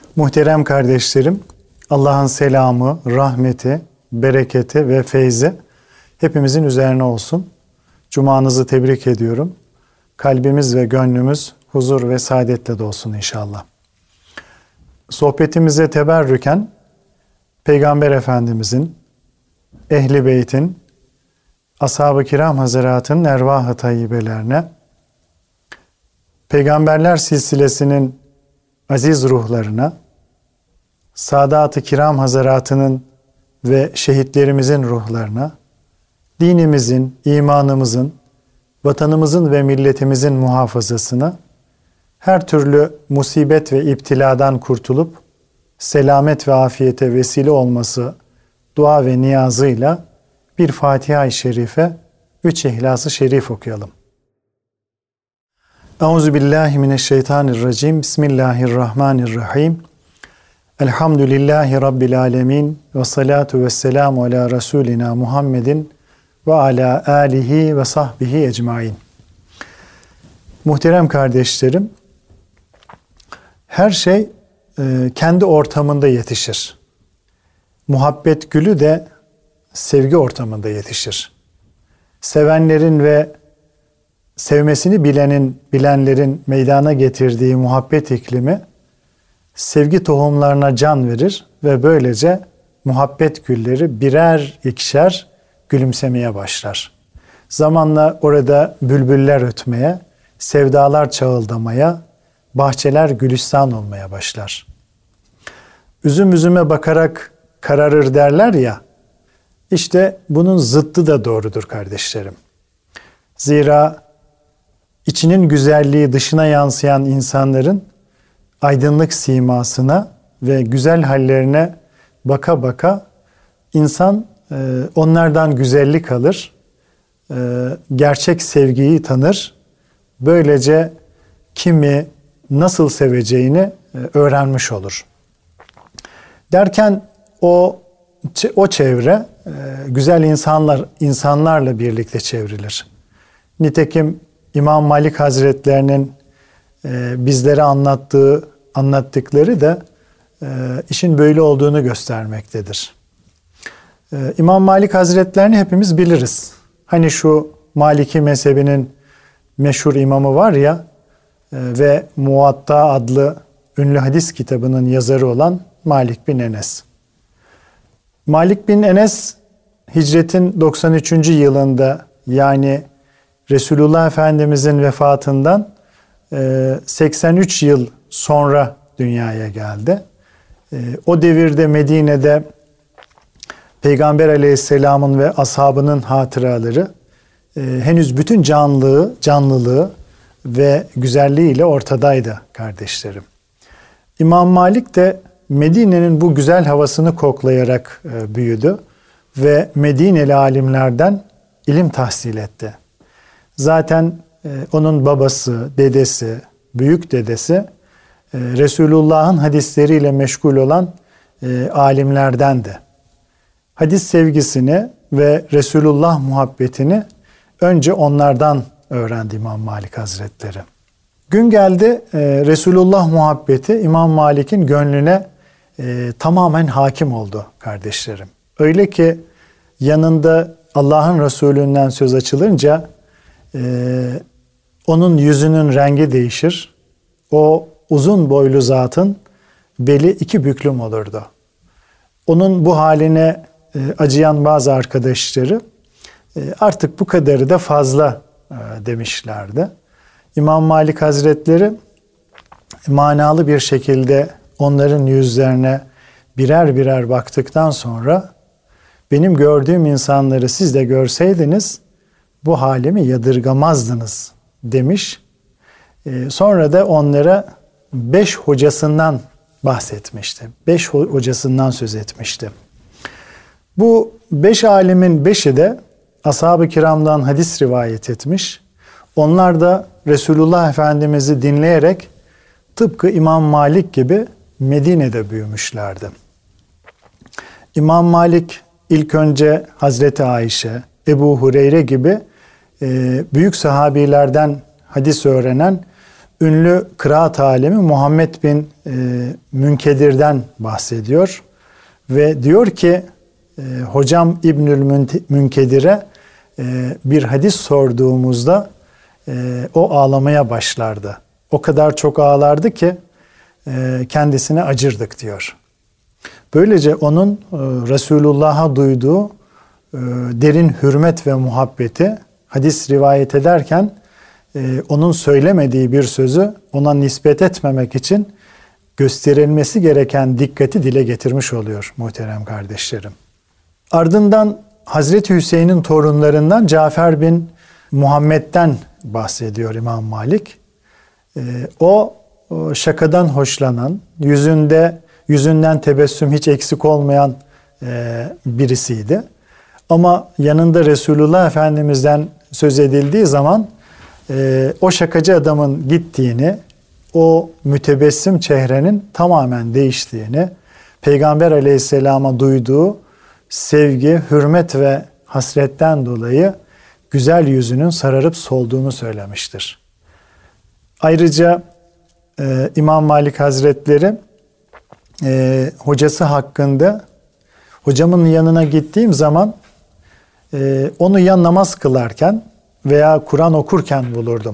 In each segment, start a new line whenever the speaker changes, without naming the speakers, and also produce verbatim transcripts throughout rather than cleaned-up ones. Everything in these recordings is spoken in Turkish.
Muhterem kardeşlerim, Allah'ın selamı, rahmeti, bereketi ve feyzi hepimizin üzerine olsun. Cumanızı tebrik ediyorum. Kalbimiz ve gönlümüz huzur ve saadetle dolsun inşallah. Sohbetimize teberrüken Peygamber Efendimizin, Ehl-i Beyt'in, Ashab-ı Kiram Hazretlerinin ervah-ı tayyibelerine, Peygamberler silsilesinin aziz ruhlarına, Sadat-ı Kiram Hazretlerinin ve şehitlerimizin ruhlarına, dinimizin, imanımızın, vatanımızın ve milletimizin muhafazasına, her türlü musibet ve iptiladan kurtulup selamet ve afiyete vesile olması dua ve niyazıyla bir Fatiha-i Şerife, üç İhlas-ı Şerif okuyalım. Euzubillahimineşşeytanirracim. Bismillahirrahmanirrahim. Elhamdülillahi Rabbil alemin. Ve salatu ve selamu ala Resulina Muhammedin ve ala alihi ve sahbihi ecmain. Muhterem kardeşlerim, her şey e, kendi ortamında yetişir. Muhabbet gülü de sevgi ortamında yetişir. Sevenlerin ve sevmesini bilenin, bilenlerin meydana getirdiği muhabbet iklimi sevgi tohumlarına can verir ve böylece muhabbet gülleri birer ikişer gülümsemeye başlar. Zamanla orada bülbüller ötmeye, sevdalar çağıldamaya, bahçeler gülistan olmaya başlar. Üzüm üzüme bakarak kararır derler ya, işte bunun zıttı da doğrudur kardeşlerim. Zira içinin güzelliği dışına yansıyan insanların aydınlık simasına ve güzel hallerine baka baka insan e, onlardan güzellik alır, e, gerçek sevgiyi tanır. Böylece kimi nasıl seveceğini e, öğrenmiş olur. Derken o o çevre e, güzel insanlar insanlarla birlikte çevrilir. Nitekim İmam Malik Hazretlerinin e, bizlere anlattığı anlattıkları da e, işin böyle olduğunu göstermektedir. E, İmam Malik Hazretlerini hepimiz biliriz. Hani şu Maliki mezhebinin meşhur imamı var ya e, ve Muvatta adlı ünlü hadis kitabının yazarı olan Malik bin Enes. Malik bin Enes hicretin doksan üçüncü yılında, yani Resulullah Efendimizin vefatından seksen üç yıl sonra dünyaya geldi. O devirde Medine'de Peygamber Aleyhisselam'ın ve ashabının hatıraları henüz bütün canlılığı, canlılığı ve güzelliğiyle ortadaydı kardeşlerim. İmam Malik de Medine'nin bu güzel havasını koklayarak büyüdü ve Medineli alimlerden ilim tahsil etti. Zaten onun babası, dedesi, büyük dedesi Resulullah'ın hadisleriyle meşgul olan alimlerdendi. Hadis sevgisini ve Resulullah muhabbetini önce onlardan öğrendi İmam Malik Hazretleri. Gün geldi, Resulullah muhabbeti İmam Malik'in gönlüne tamamen hakim oldu kardeşlerim. Öyle ki yanında Allah'ın Resulü'nden söz açılınca Ee, onun yüzünün rengi değişir. O uzun boylu zatın beli iki büklüm olurdu. Onun bu haline e, acıyan bazı arkadaşları e, artık bu kadarı da fazla e, demişlerdi. İmam Malik Hazretleri manalı bir şekilde onların yüzlerine birer birer baktıktan sonra benim gördüğüm insanları siz de görseydiniz bu halimi yadırgamazdınız demiş. Ee, sonra da onlara beş hocasından bahsetmişti. Beş hocasından söz etmişti. Bu beş alimin beşi de ashab-ı kiramdan hadis rivayet etmiş. Onlar da Resulullah Efendimiz'i dinleyerek tıpkı İmam Malik gibi Medine'de büyümüşlerdi. İmam Malik ilk önce Hazreti Ayşe, Ebu Hureyre gibi büyük sahabilerden hadis öğrenen ünlü kıraat alemi Muhammed bin e, Münkedir'den bahsediyor. Ve diyor ki e, hocam İbnül Münkedir'e e, bir hadis sorduğumuzda e, o ağlamaya başlardı. O kadar çok ağlardı ki e, kendisine acırdık diyor. Böylece onun e, Resulullah'a duyduğu e, derin hürmet ve muhabbeti hadis rivayet ederken e, onun söylemediği bir sözü ona nispet etmemek için gösterilmesi gereken dikkati dile getirmiş oluyor muhterem kardeşlerim. Ardından Hazreti Hüseyin'in torunlarından Cafer bin Muhammed'den bahsediyor İmam Malik. E, o, o şakadan hoşlanan, yüzünde yüzünden tebessüm hiç eksik olmayan e, birisiydi. Ama yanında Resulullah Efendimiz'den söz edildiği zaman e, o şakacı adamın gittiğini, o mütebessim çehrenin tamamen değiştiğini, Peygamber Aleyhisselam'a duyduğu sevgi, hürmet ve hasretten dolayı güzel yüzünün sararıp solduğunu söylemiştir. Ayrıca e, İmam Malik Hazretleri e, hocası hakkında, hocamın yanına gittiğim zaman e, onu ya namaz kılarken veya Kur'an okurken bulurdum.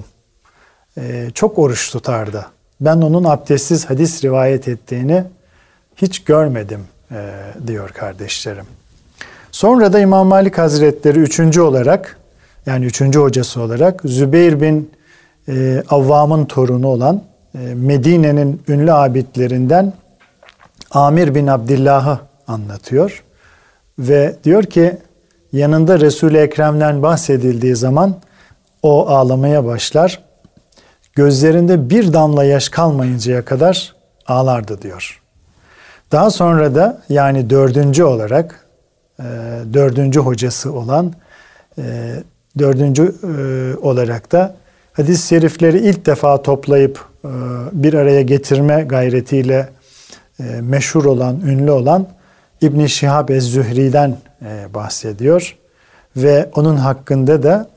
E, çok oruç tutardı. Ben onun abdestsiz hadis rivayet ettiğini hiç görmedim e, diyor kardeşlerim. Sonra da İmam Malik Hazretleri üçüncü olarak, yani üçüncü hocası olarak Zübeyir bin e, Avvam'ın torunu olan e, Medine'nin ünlü abidlerinden Amir bin Abdillah'ı anlatıyor. Ve diyor ki yanında Resul-i Ekrem'den bahsedildiği zaman o ağlamaya başlar. Gözlerinde bir damla yaş kalmayıncaya kadar ağlardı diyor. Daha sonra da yani dördüncü olarak e, dördüncü hocası olan e, dördüncü e, olarak da hadis-i şerifleri ilk defa toplayıp e, bir araya getirme gayretiyle e, meşhur olan, ünlü olan İbn Şihab ez-Zühri'den e, bahsediyor. Ve onun hakkında da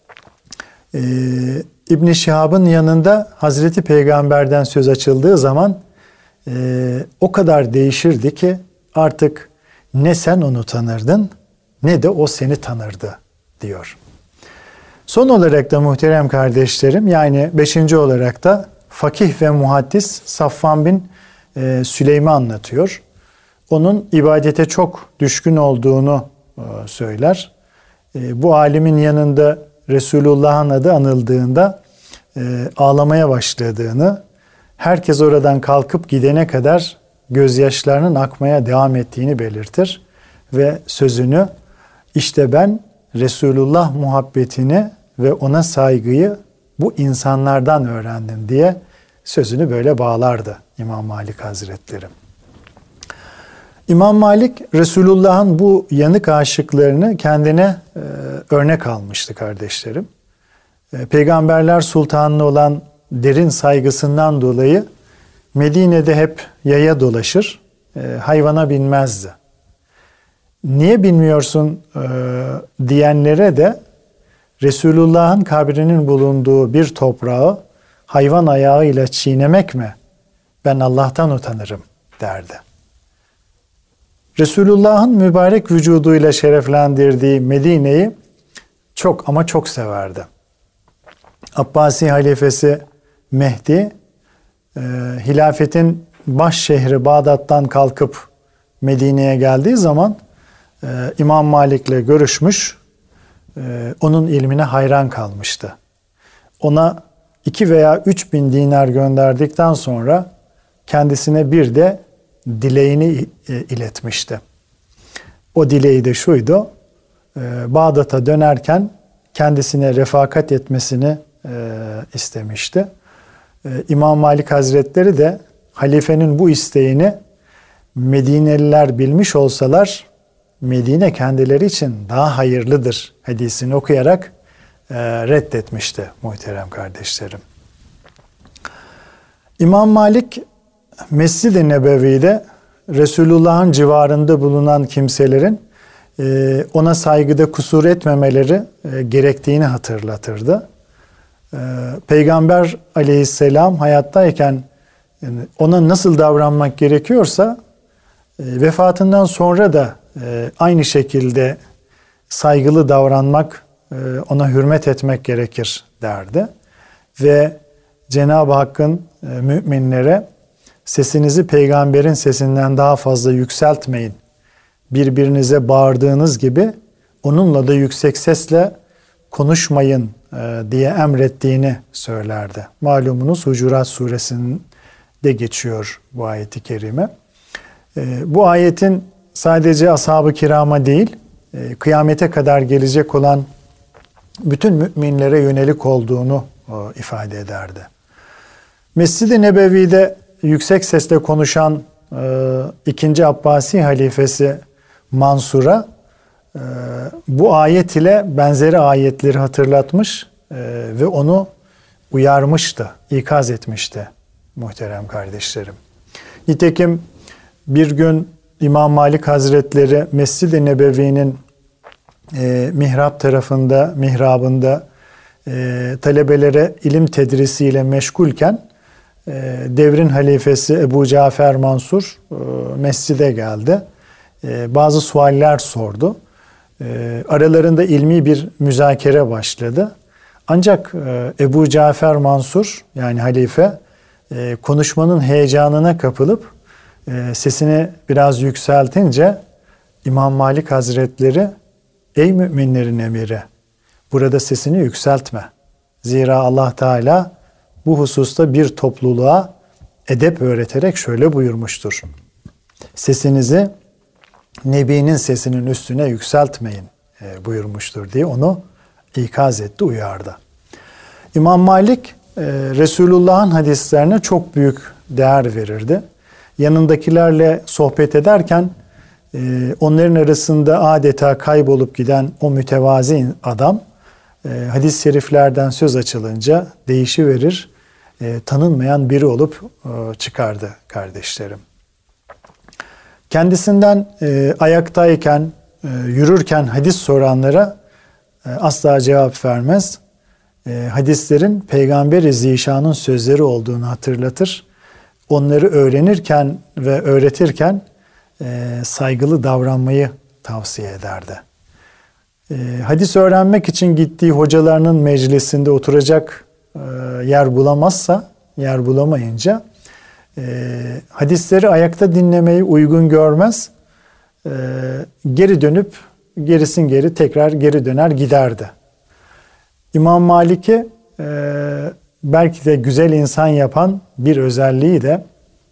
e, İbn Şihab'ın yanında Hazreti Peygamber'den söz açıldığı zaman e, o kadar değişirdi ki artık ne sen onu tanırdın ne de o seni tanırdı diyor. Son olarak da muhterem kardeşlerim, yani beşinci olarak da fakih ve muhaddis Safvan bin e, Süleym'i anlatıyor. Onun ibadete çok düşkün olduğunu e, söyler. E, bu alimin yanında Resulullah'ın adı anıldığında e, ağlamaya başladığını, herkes oradan kalkıp gidene kadar gözyaşlarının akmaya devam ettiğini belirtir. Ve sözünü işte ben Resulullah muhabbetini ve ona saygıyı bu insanlardan öğrendim diye sözünü böyle bağlardı İmam Malik Hazretleri. İmam Malik Resulullah'ın bu yanık aşıklarını kendine e, örnek almıştı kardeşlerim. E, Peygamberler Sultanı'na olan derin saygısından dolayı Medine'de hep yaya dolaşır, e, hayvana binmezdi. Niye bilmiyorsun e, diyenlere de Resulullah'ın kabrinin bulunduğu bir toprağı hayvan ayağıyla çiğnemek mi? Ben Allah'tan utanırım derdi. Resulullah'ın mübarek vücuduyla şereflendirdiği Medine'yi çok ama çok severdi. Abbasi halifesi Mehdi, e, hilafetin baş şehri Bağdat'tan kalkıp Medine'ye geldiği zaman e, İmam Malik'le görüşmüş, e, onun ilmine hayran kalmıştı. Ona iki veya üç bin dinar gönderdikten sonra kendisine bir de dileğini iletmişti. O dileği de şuydu: Bağdat'a dönerken kendisine refakat etmesini istemişti. İmam Malik Hazretleri de halifenin bu isteğini Medineliler bilmiş olsalar Medine kendileri için daha hayırlıdır hadisini okuyarak reddetmişti muhterem kardeşlerim. İmam Malik Mescid-i Nebevi'de Resulullah'ın civarında bulunan kimselerin ona saygıda kusur etmemeleri gerektiğini hatırlatırdı. Peygamber aleyhisselam hayattayken yani ona nasıl davranmak gerekiyorsa vefatından sonra da aynı şekilde saygılı davranmak, ona hürmet etmek gerekir derdi. Ve Cenab-ı Hakk'ın müminlere sesinizi peygamberin sesinden daha fazla yükseltmeyin. Birbirinize bağırdığınız gibi onunla da yüksek sesle konuşmayın diye emrettiğini söylerdi. Malumunuz Hucurat suresinde geçiyor bu ayeti kerime. Bu ayetin sadece ashab-ı kirama değil, kıyamete kadar gelecek olan bütün müminlere yönelik olduğunu ifade ederdi. Mescid-i Nebevi'de yüksek sesle konuşan ikinci Abbasi halifesi Mansur'a bu ayet ile benzeri ayetleri hatırlatmış ve onu uyarmıştı, ikaz etmişti muhterem kardeşlerim. Nitekim bir gün İmam Malik Hazretleri Mescid-i Nebevi'nin e, mihrap tarafında, mihrabında e, talebelere ilim tedrisiyle meşgulken e, devrin halifesi Ebu Cafer Mansur e, mescide geldi. E, bazı sualler sordu. E, aralarında ilmi bir müzakere başladı. Ancak e, Ebu Cafer Mansur yani halife e, konuşmanın heyecanına kapılıp e, sesini biraz yükseltince İmam Malik Hazretleri ey müminlerin emiri burada sesini yükseltme. Zira Allah Teala bu hususta bir topluluğa edep öğreterek şöyle buyurmuştur. Sesinizi Nebi'nin sesinin üstüne yükseltmeyin e, buyurmuştur diye onu ikaz etti, uyardı. İmam Malik e, Resulullah'ın hadislerine çok büyük değer verirdi. Yanındakilerle sohbet ederken e, onların arasında adeta kaybolup giden o mütevazi adam e, hadis-i şeriflerden söz açılınca değişiverir, e, tanınmayan biri olup e, çıkardı kardeşlerim. Kendisinden e, ayaktayken, e, yürürken hadis soranlara e, asla cevap vermez. E, hadislerin Peygamber-i Zişan'ın sözleri olduğunu hatırlatır. Onları öğrenirken ve öğretirken e, saygılı davranmayı tavsiye ederdi. E, hadis öğrenmek için gittiği hocalarının meclisinde oturacak e, yer bulamazsa, yer bulamayınca e, hadisleri ayakta dinlemeyi uygun görmez. E, geri dönüp gerisin geri tekrar geri döner giderdi. İmam Malik'i e, belki de güzel insan yapan bir özelliği de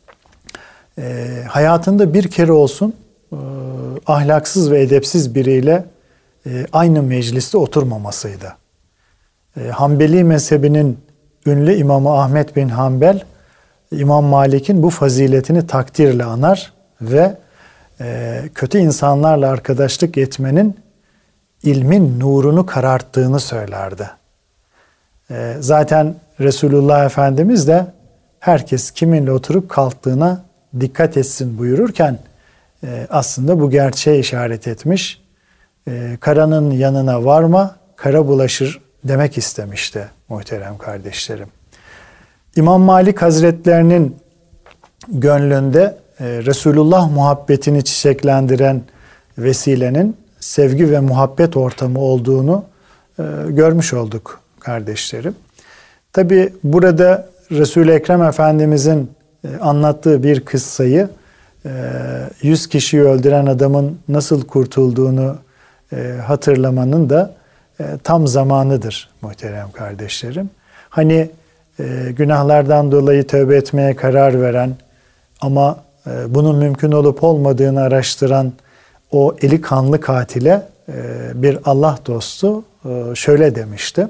e, hayatında bir kere olsun e, ahlaksız ve edepsiz biriyle e, aynı mecliste oturmamasıydı. E, Hanbeli mezhebinin ünlü imamı Ahmet bin Hanbel, İmam Malik'in bu faziletini takdirle anar ve e, kötü insanlarla arkadaşlık etmenin ilmin nurunu kararttığını söylerdi. E, zaten Resulullah Efendimiz de herkes kiminle oturup kalktığına dikkat etsin buyururken e, aslında bu gerçeğe işaret etmiş. E, karanın yanına varma, kara bulaşır demek istemişti muhterem kardeşlerim. İmam Malik Hazretlerinin gönlünde e, Resulullah muhabbetini çiçeklendiren vesilenin sevgi ve muhabbet ortamı olduğunu e, görmüş olduk kardeşlerim. Tabi burada Resul-i Ekrem Efendimizin e, anlattığı bir kıssayı e, yüz kişiyi öldüren adamın nasıl kurtulduğunu e, hatırlamanın da e, tam zamanıdır muhterem kardeşlerim. Hani e, günahlardan dolayı tövbe etmeye karar veren ama e, bunun mümkün olup olmadığını araştıran o eli kanlı katile e, bir Allah dostu e, şöyle demişti.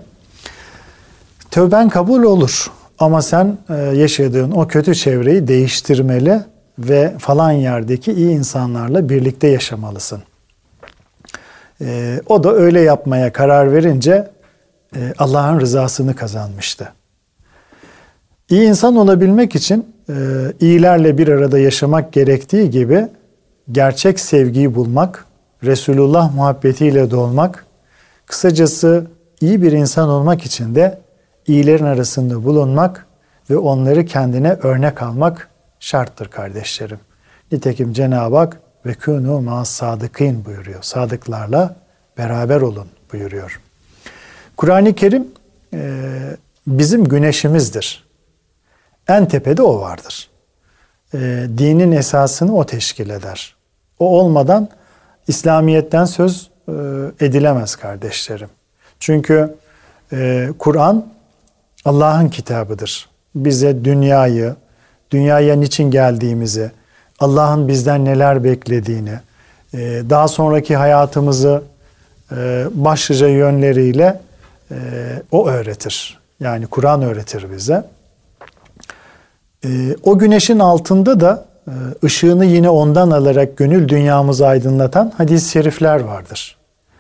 Tövben kabul olur ama sen e, yaşadığın o kötü çevreyi değiştirmeli ve falan yerdeki iyi insanlarla birlikte yaşamalısın. E, o da öyle yapmaya karar verince e, Allah'ın rızasını kazanmıştı. İyi insan olabilmek için e, iyilerle bir arada yaşamak gerektiği gibi gerçek sevgiyi bulmak, Resulullah muhabbetiyle dolmak, kısacası iyi bir insan olmak için de iyilerin arasında bulunmak ve onları kendine örnek almak şarttır kardeşlerim. Nitekim Cenab-ı Hak ve kûnû mâ sadıkîn buyuruyor. Sadıklarla beraber olun buyuruyor. Kur'an-ı Kerim e, bizim güneşimizdir. En tepede o vardır. E, dinin esasını o teşkil eder. O olmadan İslamiyet'ten söz e, edilemez kardeşlerim. Çünkü e, Kur'an Allah'ın kitabıdır. Bize dünyayı, dünyaya niçin geldiğimizi, Allah'ın bizden neler beklediğini, e, daha sonraki hayatımızı e, başlıca yönleriyle e, o öğretir. Yani Kur'an öğretir bize. E, o güneşin altında da e, ışığını yine ondan alarak gönül dünyamızı aydınlatan hadis-i şerifler vardır.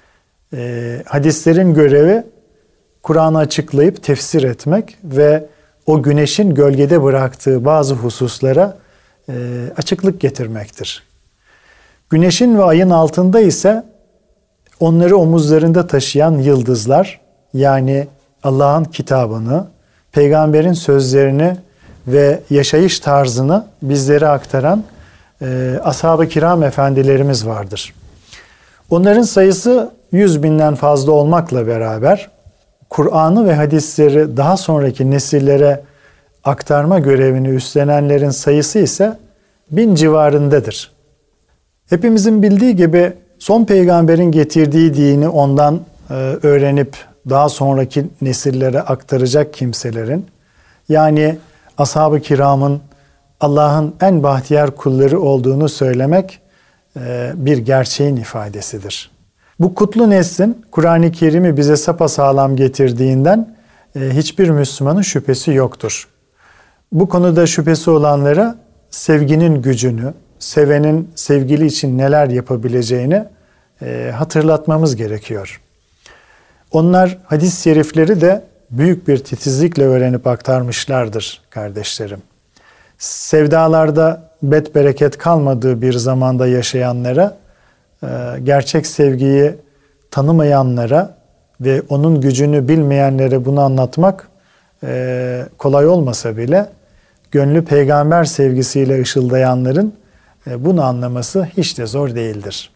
E, hadislerin görevi Kur'an'ı açıklayıp tefsir etmek ve o güneşin gölgede bıraktığı bazı hususlara e, açıklık getirmektir. Güneşin ve ayın altında ise onları omuzlarında taşıyan yıldızlar, yani Allah'ın kitabını, peygamberin sözlerini ve yaşayış tarzını bizlere aktaran e, ashab-ı kiram efendilerimiz vardır. Onların sayısı yüz binden fazla olmakla beraber Kur'an'ı ve hadisleri daha sonraki nesillere aktarma görevini üstlenenlerin sayısı ise bin civarındadır. Hepimizin bildiği gibi son peygamberin getirdiği dini ondan e, öğrenip daha sonraki nesillere aktaracak kimselerin, yani ashab-ı kiramın Allah'ın en bahtiyar kulları olduğunu söylemek e, bir gerçeğin ifadesidir. Bu kutlu neslin Kur'an-ı Kerim'i bize sapasağlam getirdiğinden e, hiçbir Müslümanın şüphesi yoktur. Bu konuda şüphesi olanlara sevginin gücünü, sevenin sevgili için neler yapabileceğini e, hatırlatmamız gerekiyor. Onlar hadis-i şerifleri de büyük bir titizlikle öğrenip aktarmışlardır kardeşlerim. Sevdalarda bet bereket kalmadığı bir zamanda yaşayanlara, gerçek sevgiyi tanımayanlara ve onun gücünü bilmeyenlere bunu anlatmak kolay olmasa bile gönlü peygamber sevgisiyle ışıldayanların bunu anlaması hiç de zor değildir.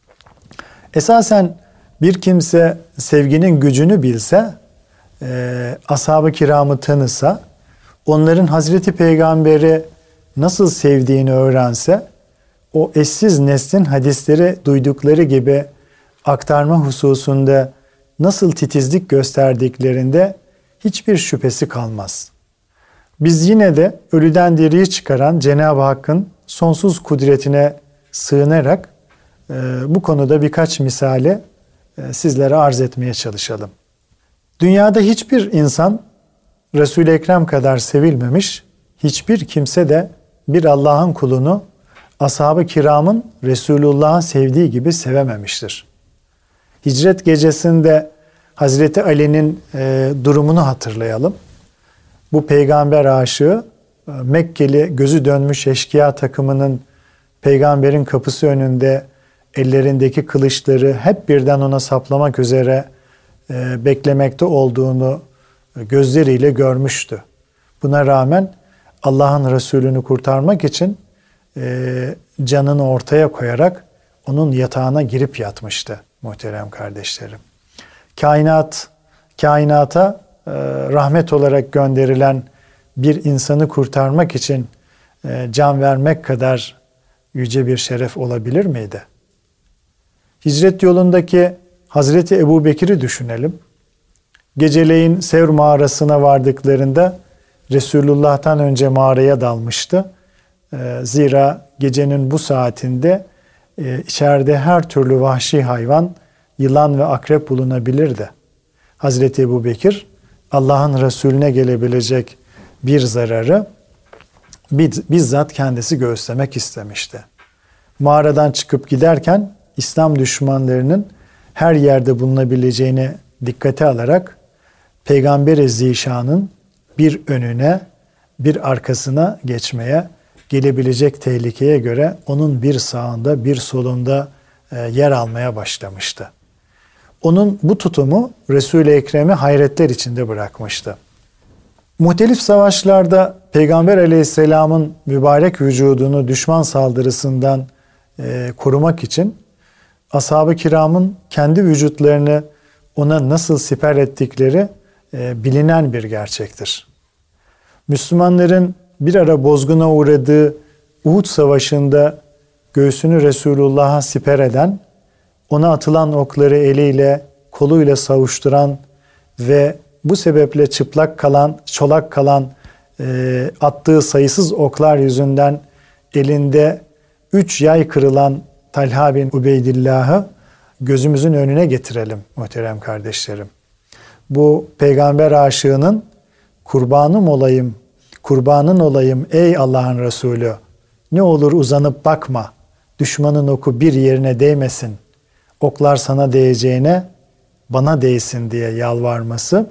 Esasen bir kimse sevginin gücünü bilse, ashab-ı kiramı tanısa, onların Hazreti Peygamber'i nasıl sevdiğini öğrense, o eşsiz neslin hadisleri duydukları gibi aktarma hususunda nasıl titizlik gösterdiklerinde hiçbir şüphesi kalmaz. Biz yine de ölüden diriyi çıkaran Cenab-ı Hakk'ın sonsuz kudretine sığınarak e, bu konuda birkaç misali e, sizlere arz etmeye çalışalım. Dünyada hiçbir insan Resul-i Ekrem kadar sevilmemiş, hiçbir kimse de bir Allah'ın kulunu ashab-ı kiramın Resulullah'ı sevdiği gibi sevememiştir. Hicret gecesinde Hazreti Ali'nin e, durumunu hatırlayalım. Bu peygamber aşığı e, Mekkeli gözü dönmüş eşkıya takımının peygamberin kapısı önünde ellerindeki kılıçları hep birden ona saplamak üzere e, beklemekte olduğunu e, gözleriyle görmüştü. Buna rağmen Allah'ın Resulünü kurtarmak için e, canını ortaya koyarak onun yatağına girip yatmıştı muhterem kardeşlerim. Kainat, kainata e, rahmet olarak gönderilen bir insanı kurtarmak için e, can vermek kadar yüce bir şeref olabilir miydi? Hicret yolundaki Hazreti Ebubekir'i düşünelim. Geceleyin Sevr mağarasına vardıklarında Resulullah'tan önce mağaraya dalmıştı. E, zira gecenin bu saatinde e, içeride her türlü vahşi hayvan, yılan ve akrep bulunabilirdi. Hazreti Ebubekir Allah'ın Resulüne gelebilecek bir zararı bizzat kendisi göğüslemek istemişti. Mağaradan çıkıp giderken İslam düşmanlarının her yerde bulunabileceğini dikkate alarak Peygamber-i Zişan'ın bir önüne bir arkasına geçmeye, gelebilecek tehlikeye göre onun bir sağında bir solunda yer almaya başlamıştı. Onun bu tutumu Resul-i Ekrem'i hayretler içinde bırakmıştı. Muhtelif savaşlarda Peygamber Aleyhisselam'ın mübarek vücudunu düşman saldırısından e, korumak için ashab-ı kiramın kendi vücutlarını ona nasıl siper ettikleri e, bilinen bir gerçektir. Müslümanların bir ara bozguna uğradığı Uhud Savaşı'nda göğsünü Resulullah'a siper eden, ona atılan okları eliyle, koluyla savuşturan ve bu sebeple çıplak kalan, çolak kalan, e, attığı sayısız oklar yüzünden elinde üç yay kırılan Talha bin Ubeydillah'ı gözümüzün önüne getirelim muhterem kardeşlerim. Bu peygamber aşığının kurbanım olayım, kurbanın olayım ey Allah'ın Resulü. Ne olur uzanıp bakma, düşmanın oku bir yerine değmesin, oklar sana değeceğine bana değsin diye yalvarması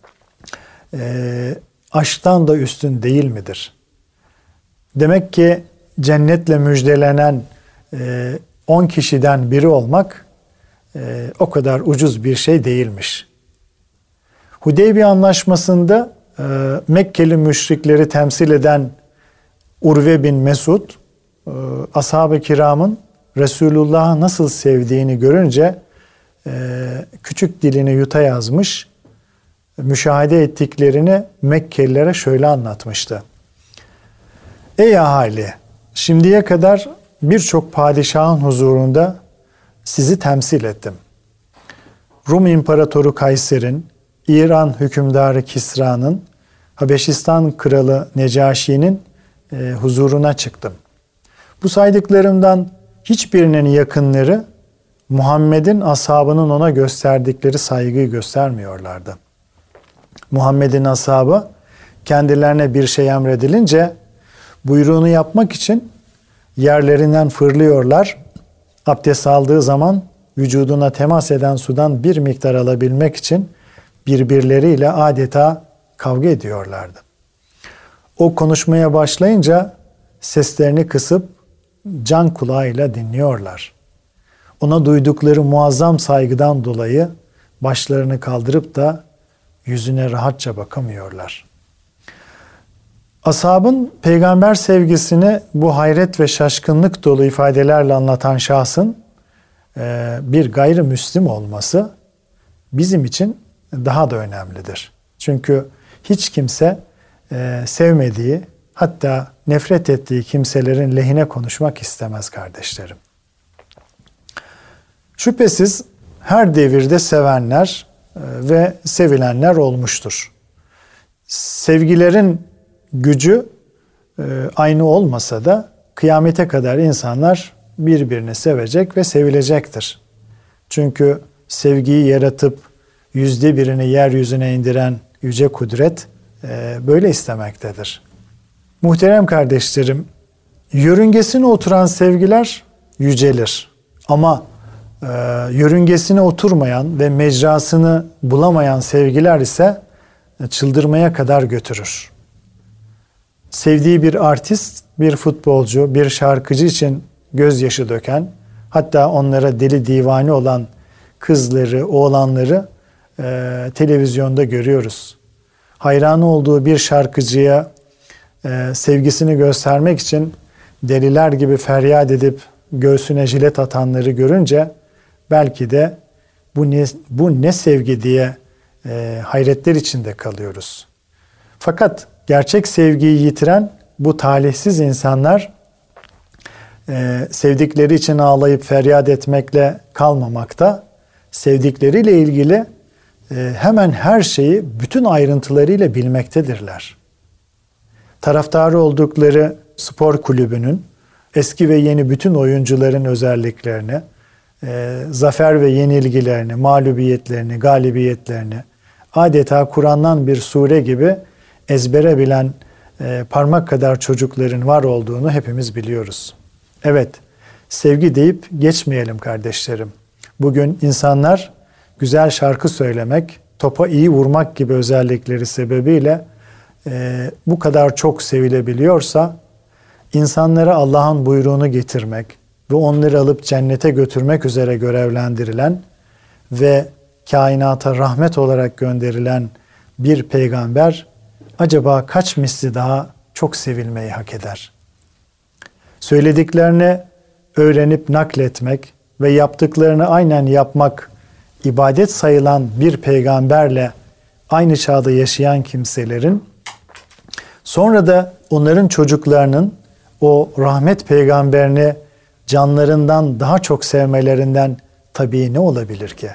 e, aşktan da üstün değil midir? Demek ki cennetle müjdelenen e, on kişiden biri olmak e, o kadar ucuz bir şey değilmiş. Hudeybiye Anlaşması'nda e, Mekkeli müşrikleri temsil eden Urve bin Mesud, e, ashab-ı kiramın Resulullah'ı nasıl sevdiğini görünce e, küçük dilini yuta yazmış, müşahede ettiklerini Mekkelilere şöyle anlatmıştı. Ey ahali! Şimdiye kadar birçok padişahın huzurunda sizi temsil ettim. Rum İmparatoru Kayser'in, İran hükümdarı Kisra'nın, Habeşistan kralı Necaşi'nin e, huzuruna çıktım. Bu saydıklarımdan hiçbirinin yakınları Muhammed'in ashabının ona gösterdikleri saygıyı göstermiyorlardı. Muhammed'in ashabı kendilerine bir şey emredilince buyruğunu yapmak için yerlerinden fırlıyorlar. Abdest aldığı zaman vücuduna temas eden sudan bir miktar alabilmek için birbirleriyle adeta kavga ediyorlardı. O konuşmaya başlayınca seslerini kısıp can kulağıyla dinliyorlar. Ona duydukları muazzam saygıdan dolayı başlarını kaldırıp da yüzüne rahatça bakamıyorlar. Ashabın peygamber sevgisini bu hayret ve şaşkınlık dolu ifadelerle anlatan şahsın e, bir gayrimüslim olması bizim için daha da önemlidir. Çünkü hiç kimse e, sevmediği, hatta nefret ettiği kimselerin lehine konuşmak istemez kardeşlerim. Şüphesiz her devirde sevenler e, ve sevilenler olmuştur. Sevgilerin gücü e, aynı olmasa da kıyamete kadar insanlar birbirini sevecek ve sevilecektir. Çünkü sevgiyi yaratıp yüzde birini yeryüzüne indiren yüce kudret e, böyle istemektedir. Muhterem kardeşlerim, yörüngesine oturan sevgiler yücelir. Ama e, yörüngesine oturmayan ve mecrasını bulamayan sevgiler ise çıldırmaya kadar götürür. Sevdiği bir artist, bir futbolcu, bir şarkıcı için gözyaşı döken, hatta onlara deli divane olan kızları, oğlanları e, televizyonda görüyoruz. Hayranı olduğu bir şarkıcıya e, sevgisini göstermek için deliler gibi feryat edip göğsüne jilet atanları görünce belki de bu ne, bu ne sevgi diye e, hayretler içinde kalıyoruz. Fakat gerçek sevgiyi yitiren bu talihsiz insanlar e, sevdikleri için ağlayıp feryat etmekle kalmamakta, sevdikleriyle ilgili e, hemen her şeyi bütün ayrıntılarıyla bilmektedirler. Taraftarı oldukları spor kulübünün eski ve yeni bütün oyuncuların özelliklerini, e, zafer ve yenilgilerini, mağlubiyetlerini, galibiyetlerini adeta Kur'an'dan bir sure gibi ezbere bilen e, parmak kadar çocukların var olduğunu hepimiz biliyoruz. Evet, sevgi deyip geçmeyelim kardeşlerim. Bugün insanlar güzel şarkı söylemek, topa iyi vurmak gibi özellikleri sebebiyle e, bu kadar çok sevilebiliyorsa, insanlara Allah'ın buyruğunu getirmek ve onları alıp cennete götürmek üzere görevlendirilen ve kainata rahmet olarak gönderilen bir peygamber acaba kaç misli daha çok sevilmeyi hak eder? Söylediklerini öğrenip nakletmek ve yaptıklarını aynen yapmak ibadet sayılan bir peygamberle aynı çağda yaşayan kimselerin sonra da onların çocuklarının o rahmet peygamberini canlarından daha çok sevmelerinden tabii ne olabilir ki?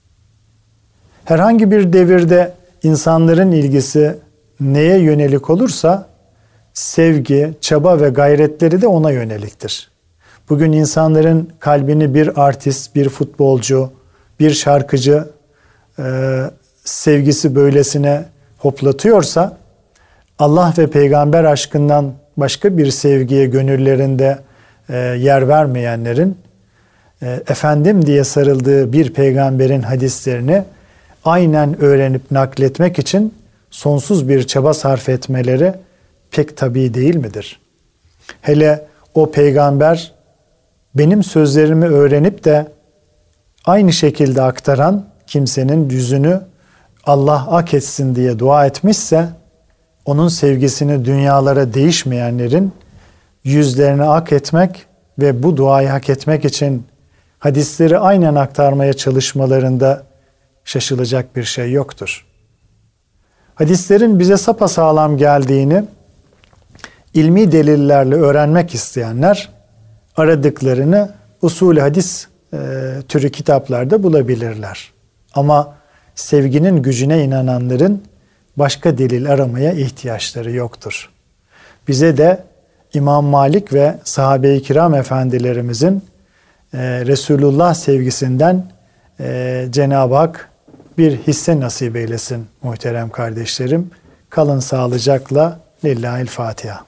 Herhangi bir devirde insanların ilgisi neye yönelik olursa sevgi, çaba ve gayretleri de ona yöneliktir. Bugün insanların kalbini bir artist, bir futbolcu, bir şarkıcı e, sevgisi böylesine hoplatıyorsa Allah ve peygamber aşkından başka bir sevgiye gönüllerinde e, yer vermeyenlerin e, efendim diye sarıldığı bir peygamberin hadislerini aynen öğrenip nakletmek için sonsuz bir çaba sarf etmeleri pek tabii değil midir? Hele o peygamber benim sözlerimi öğrenip de aynı şekilde aktaran kimsenin yüzünü Allah ak etsin diye dua etmişse, onun sevgisini dünyalara değişmeyenlerin yüzlerini ak etmek ve bu duayı hak etmek için hadisleri aynen aktarmaya çalışmalarında şaşılacak bir şey yoktur. Hadislerin bize sapasağlam geldiğini ilmi delillerle öğrenmek isteyenler aradıklarını usul hadis e, türü kitaplarda bulabilirler. Ama sevginin gücüne inananların başka delil aramaya ihtiyaçları yoktur. Bize de İmam Malik ve sahabe-i kiram efendilerimizin e, Resulullah sevgisinden e, Cenab-ı Hak bir hisse nasip eylesin muhterem kardeşlerim. Kalın sağlıcakla. Lillahil Fatiha.